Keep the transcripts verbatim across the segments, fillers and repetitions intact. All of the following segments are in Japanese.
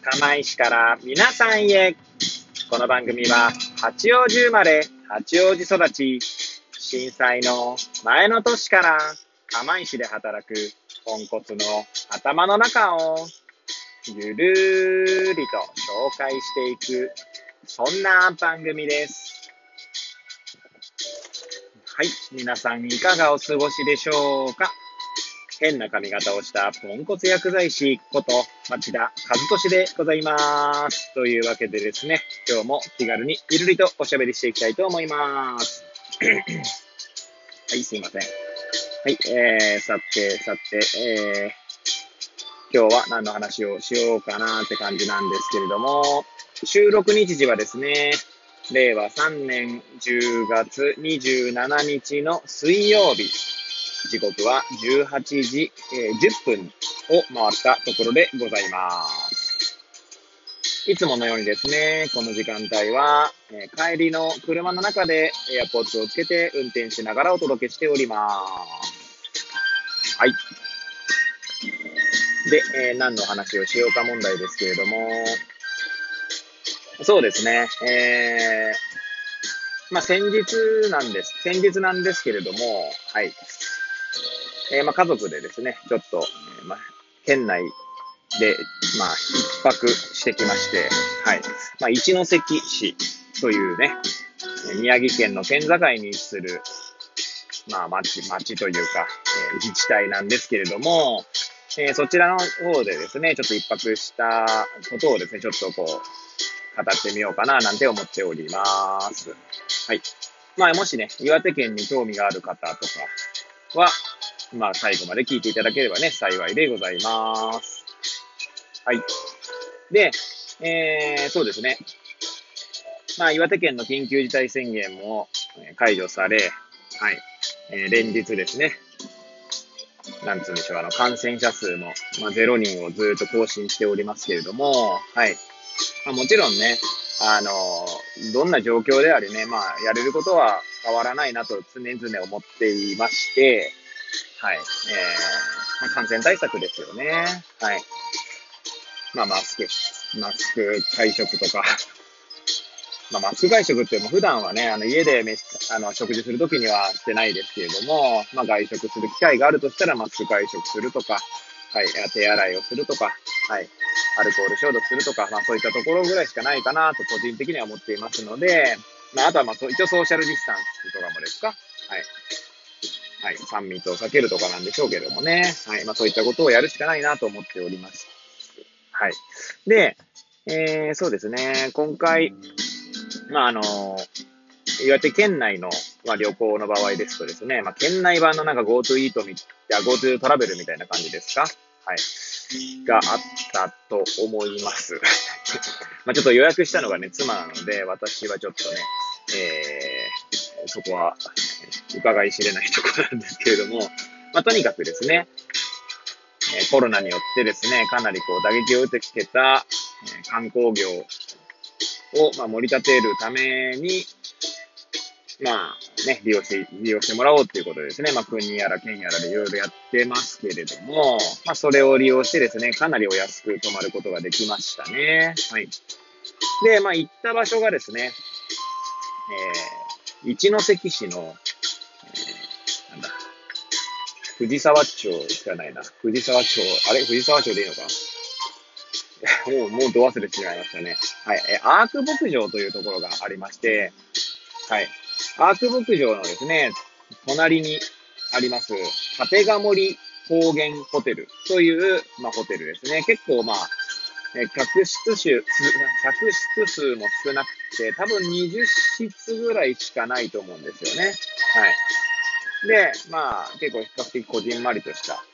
釜石から皆さんへ。この番組は八王子生まれ、八王子育ち、震災の前の年から釜石で働くポンコツの頭の中をゆるーりと紹介していく、そんな番組です。はい、皆さんいかがお過ごしでしょうか。変な髪型をしたポンコツ薬剤師こと町田和俊でございます。というわけでですね、今日も気軽にゆるりとおしゃべりしていきたいと思います。はい、すいません。はい、えー、さて、さて、えー、今日は何の話をしようかなって感じなんですけれども、収録日時はですね、れいわさんねんじゅうがつにじゅうしちにちの水曜日、時刻はじゅうはちじじゅっぷんを回ったところでございます。いつものようにですね、この時間帯は、えー、帰りの車の中でエアポッドをつけて運転しながらお届けしております。はい。で、えー、何の話をしようか問題ですけれども、そうですね、えー、まあ先日なんです、先日なんですけれども、はい。えー、まあ家族でですね、ちょっと、えー、まあ、県内で、まあ、一泊してきまして、はい。まあ、一関市というね、宮城県の県境に位置する、まあ、町、町というか、えー、自治体なんですけれども、えー、そちらの方でですね、ちょっと一泊したことをですね、ちょっとこう、語ってみようかな、なんて思っております。はい。まあ、もしね、岩手県に興味がある方とかは、まあ、最後まで聞いていただければね、幸いでございます。はい。で、えー、そうですね。まあ、岩手県の緊急事態宣言も解除され、はい。えー、連日ですね。なんつうんでしょう、あの、感染者数も、まあ、ゼロにんをずっと更新しておりますけれども、はい。まあ、もちろんね、あの、どんな状況であれね、まあ、やれることは変わらないなと常々思っていまして、はい。えー、まあ、感染対策ですよね。はい。まあ、マスク、マスク会食とか、まあ、マスク会食っても普段はね、あの、家で飯、あの、食事するときにはしてないですけれども、まあ、外食する機会があるとしたら、マスク会食するとか、はい、手洗いをするとか、はい、アルコール消毒するとか、まあ、そういったところぐらいしかないかなと、個人的には思っていますので、まあ、あとは、まあ、一応ソーシャルディスタンスとかもですか、はい。はい、さん密を避けるとかなんでしょうけれどもね。はい、まあ、そういったことをやるしかないなと思っております。はい。で、えー、そうですね、今回、まあ、あの、岩手県内の、まあ、旅行の場合ですとですね、まあ、県内版のなんか GoTo イートみ、GoTo トラベルみたいな感じですか？はい。があったと思います。まあちょっと予約したのがね、妻なので、私はちょっとね、えー、そこは伺い知れないところなんですけれども、まあとにかくですね、えー、コロナによってですね、かなりこう打撃を受けた、えー、観光業を、まあ、盛り立てるために、まあね、利用して、利用してもらおうということでですね、まあ国やら県やらでいろいろやってますけれども、まあそれを利用してですね、かなりお安く泊まることができましたね。はい。で、まあ行った場所がですね、えー、一関市の、えー、なんだ、藤沢町じゃないな。藤沢町、あれ藤沢町でいいのかもう、もうど忘れしてしまいましたね。はい。えー、アーク牧場というところがありまして、はい。アーク牧場のですね、隣にあります、立賀森高原ホテルという、まあ、ホテルですね。結構、まあ、客室数、客室数も少なくて、多分にじゅっしつぐらいしかないと思うんですよね。はい。で、まあ、結構比較的こじんまりとした、はい、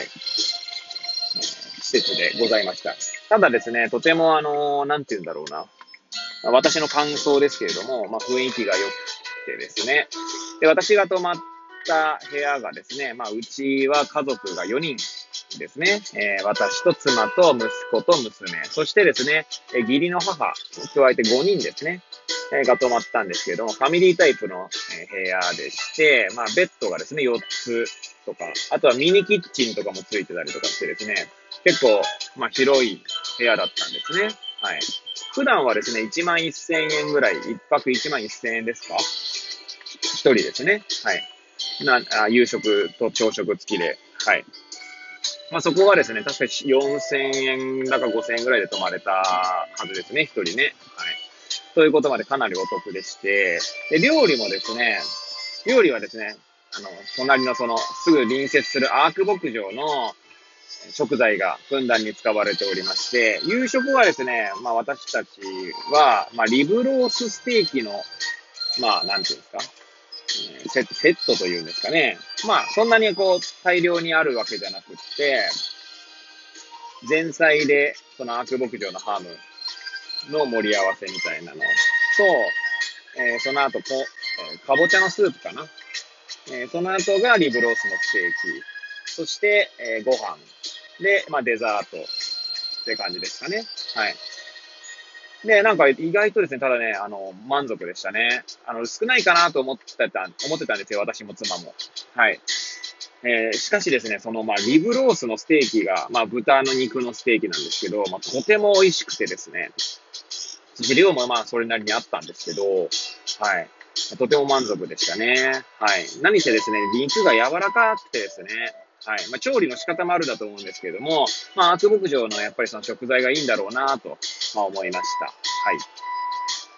施設でございました。ただですね、とてもあの、なんて言うんだろうな。私の感想ですけれども、まあ、雰囲気が良くてですね。で、私が泊まった部屋がですね、まあ、うちは家族がよにんですね。えー、私と妻と息子と娘、そしてですね、えー、義理の母を加えてごにんですね、えー、が泊まったんですけれども、ファミリータイプの、えー、部屋でして、まあ、ベッドがですね、よっつとか、あとはミニキッチンとかもついてたりとかしてですね、結構、まあ、広い部屋だったんですね。はい。普段はですね、いちまんせんえんぐらい、一泊いちまんせんえんですか？一人ですね。はい。な、あ、夕食と朝食付きで。はい。まあそこがですね、確かよんせんえんだかごせんえんぐらいで泊まれたはずですね、一人ね。はい。ということまでかなりお得でして、で、料理もですね、料理はですね、あの、隣のその、すぐ隣接するアーク牧場の食材がふんだんに使われておりまして、夕食はですね、まあ私たちは、まあリブロースステーキの、まあなんていうんですか、セット、セットというんですかね。まあそんなにこう大量にあるわけじゃなくって、前菜でそのアーク牧場のハムの盛り合わせみたいなのと、えー、その後こ、えー、かぼちゃのスープかな。えー、その後がリブロースのステーキ。そして、えー、ご飯。で、まあ、デザートって感じですかね。はい。で、なんか意外とですね、ただね、あの、満足でしたね。あの、少ないかなと思ってた、思ってたんですよ、私も妻も。はい。えー、しかしですね、その、まあ、リブロースのステーキが、まあ、豚の肉のステーキなんですけど、まあ、とても美味しくてですね、量もまあ、それなりにあったんですけど、はい。とても満足でしたね。はい。何せですね、肉が柔らかくてですね、はい。まあ、調理の仕方もあるだと思うんですけれども、まあ、アーク牧場のやっぱりその食材がいいんだろうなと、まあ、思いました。はい。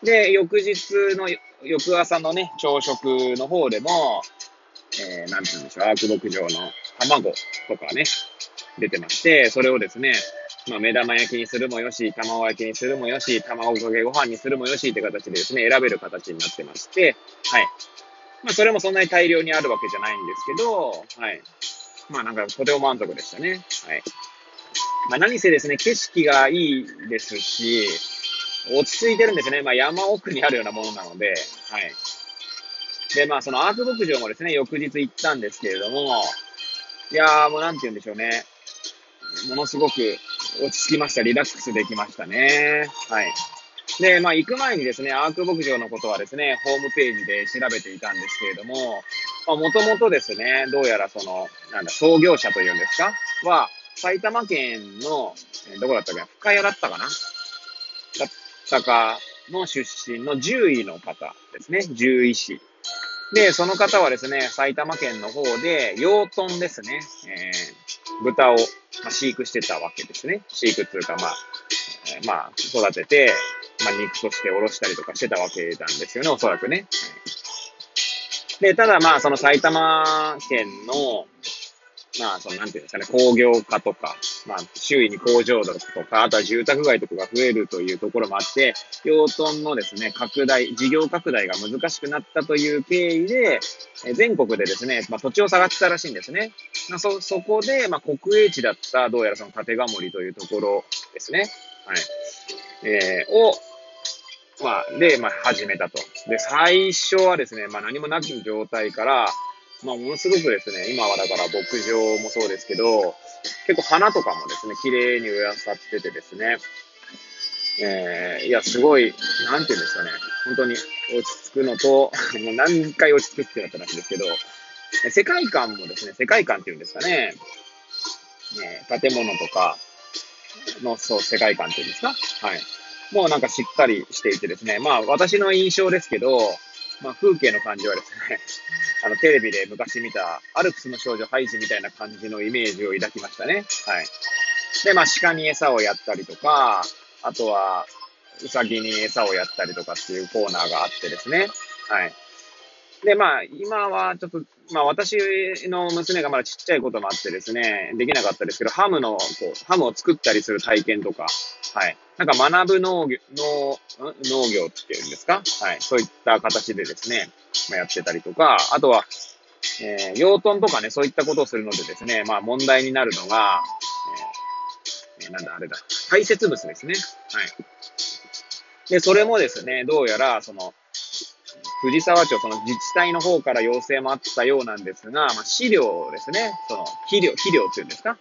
で、翌日の、翌朝のね、朝食の方でも、えー、なんて言うんでしょう、アーク牧場の卵とかね、出てまして、それをですね、まあ、目玉焼きにするもよし、卵焼きにするもよし、卵かけご飯にするもよしって形でですね、選べる形になってまして、はい。まあ、それもそんなに大量にあるわけじゃないんですけど、はい。まあ、なんか、とても満足でしたね。はい。まあ、何せですね、景色がいいですし、落ち着いてるんですね。まあ、山奥にあるようなものなので、はい。で、まあ、そのアーク牧場もですね、翌日行ったんですけれども、いやー、もうなんて言うんでしょうね。ものすごく落ち着きました。リラックスできましたね。はい。で、まあ、行く前にですね、アーク牧場のことはですね、ホームページで調べていたんですけれども、まあ、もともとですね、どうやらその、なんだ、創業者というんですかは、埼玉県の、えーどこだったかな、深谷だったかなだったかの出身の獣医の方ですね、獣医師。で、その方はですね、埼玉県の方で、養豚ですね、えー、豚を、まあ、飼育してたわけですね。飼育っていうか、まあ、えーまあ、育てて、まあ、肉としておろしたりとかしてたわけなんですよね、おそらくね。で、ただまあ、その埼玉県の、まあ、その、なんていうんですかね、工業化とか、まあ、周囲に工場だとか、あとは住宅街とかが増えるというところもあって、養豚のですね、拡大、事業拡大が難しくなったという経緯で、え全国でですね、まあ、土地を探ってたらしいんですね。まあ、そ、そこで、まあ、国営地だった、どうやらその立川森というところですね。はい。えー、を、まあ、で、まあ、始めたと。で、最初はですね、まあ、何もなき状態から、まあ、ものすごくですね、今はだから牧場もそうですけど、結構花とかもですね、綺麗に植えさっててですね、えー、いや、すごい、なんていうんですかね、本当に落ち着くのと、もう何回落ち着くってなったらしいですけど、世界観もですね、世界観っていうんですかね、ね建物とかの、そう、世界観っていうんですか、はい。もうなんかしっかりしていてですね、まあ私の印象ですけど、まあ風景の感じはですね、あのテレビで昔見たアルプスの少女ハイジみたいな感じのイメージを抱きましたね。はい。で、まあ鹿に餌をやったりとか、あとはウサギに餌をやったりとかっていうコーナーがあってですね。はい。で、まあ、今はちょっと、まあ、私の娘がまだちっちゃいこともあってですね、できなかったですけど、ハムの、こう、ハムを作ったりする体験とか、はい。なんか学ぶ農業、農、ん農業っていうんですかはい。そういった形でですね、まあ、やってたりとか、あとは、えー、養豚とかね、そういったことをするのでですね、まあ問題になるのが、えー、えーなんだ、あれだ、排泄物ですね。はい。で、それもですね、どうやら、その、藤沢町、その自治体の方から要請もあったようなんですが、まあ、飼料ですね。その、肥料、肥料っていうんですかはい。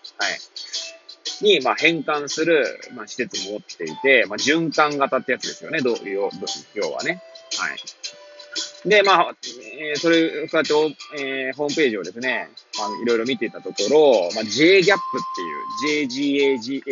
に、まあ、変換する、まあ、施設も持っていて、まあ、循環型ってやつですよね。どう、要要はね。はい。 で、まあ、えー、それ、そうやってお、えーホームページをですね、まあ、いろいろ見ていたところ、まあ、ジェイギャップっていう、ジェイガプ、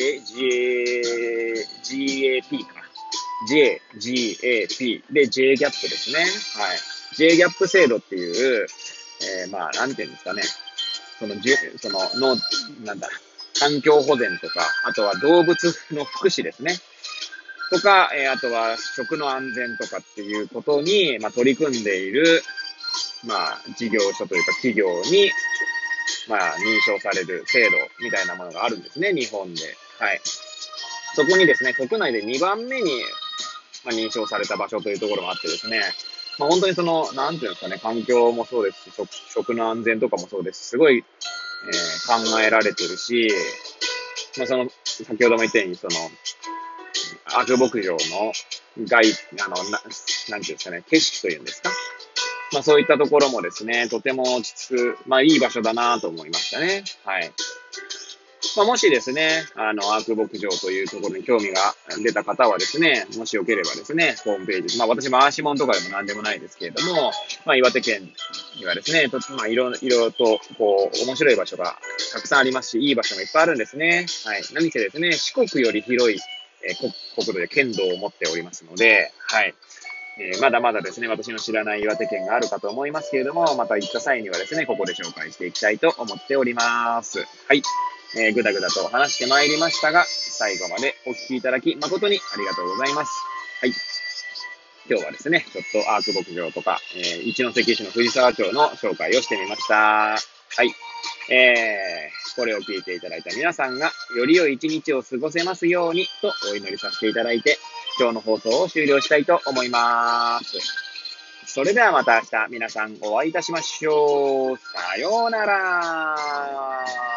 ジェイガプ か。ジェイガプ で ジェイギャップですね。はい。ジェイギャップ 制度っていう、えー、まあ、なんていうんですかね。その、じゅ、その、の、なんだ、環境保全とか、あとは動物の福祉ですね。とか、えー、あとは食の安全とかっていうことに、まあ、取り組んでいる、まあ、事業所というか企業に、まあ、認証される制度みたいなものがあるんですね、日本で。はい。そこにですね、国内でにばんめに、まあ、認証された場所というところがあってですね、まあ、本当にその、なんていうんですかね、環境もそうですし、食食の安全とかもそうですし、すごい、えー、考えられてるし、まあ、その、先ほども言ったように、その、アク牧場の外、あの、な、なんていうんですかね、景色というんですか。まあそういったところもですね、とても落ち着く、まあいい場所だなと思いましたね。はい。まあもしですね、あの、アーク牧場というところに興味が出た方はですね、もしよければですね、ホームページ、まあ私もアーシモンとかでも何でもないですけれども、まあ岩手県にはですね、とまあいろいろと、こう、面白い場所がたくさんありますし、いい場所もいっぱいあるんですね。はい。何せですね、四国より広い、えー、国国土で県道を持っておりますので、はい。えーまだまだですね、私の知らない岩手県があるかと思いますけれども、また行った際にはですね、ここで紹介していきたいと思っております。はい。えー、ぐだぐだと話してまいりましたが、最後までお聞きいただき誠にありがとうございます。はい。今日はですね、ちょっとアーク牧場とか、えー、一関市の藤沢町の紹介をしてみました。はい。えー、これを聞いていただいた皆さんが、より良い一日を過ごせますようにとお祈りさせていただいて、今日の放送を終了したいと思います。それではまた明日皆さんお会いいたしましょう。さようなら。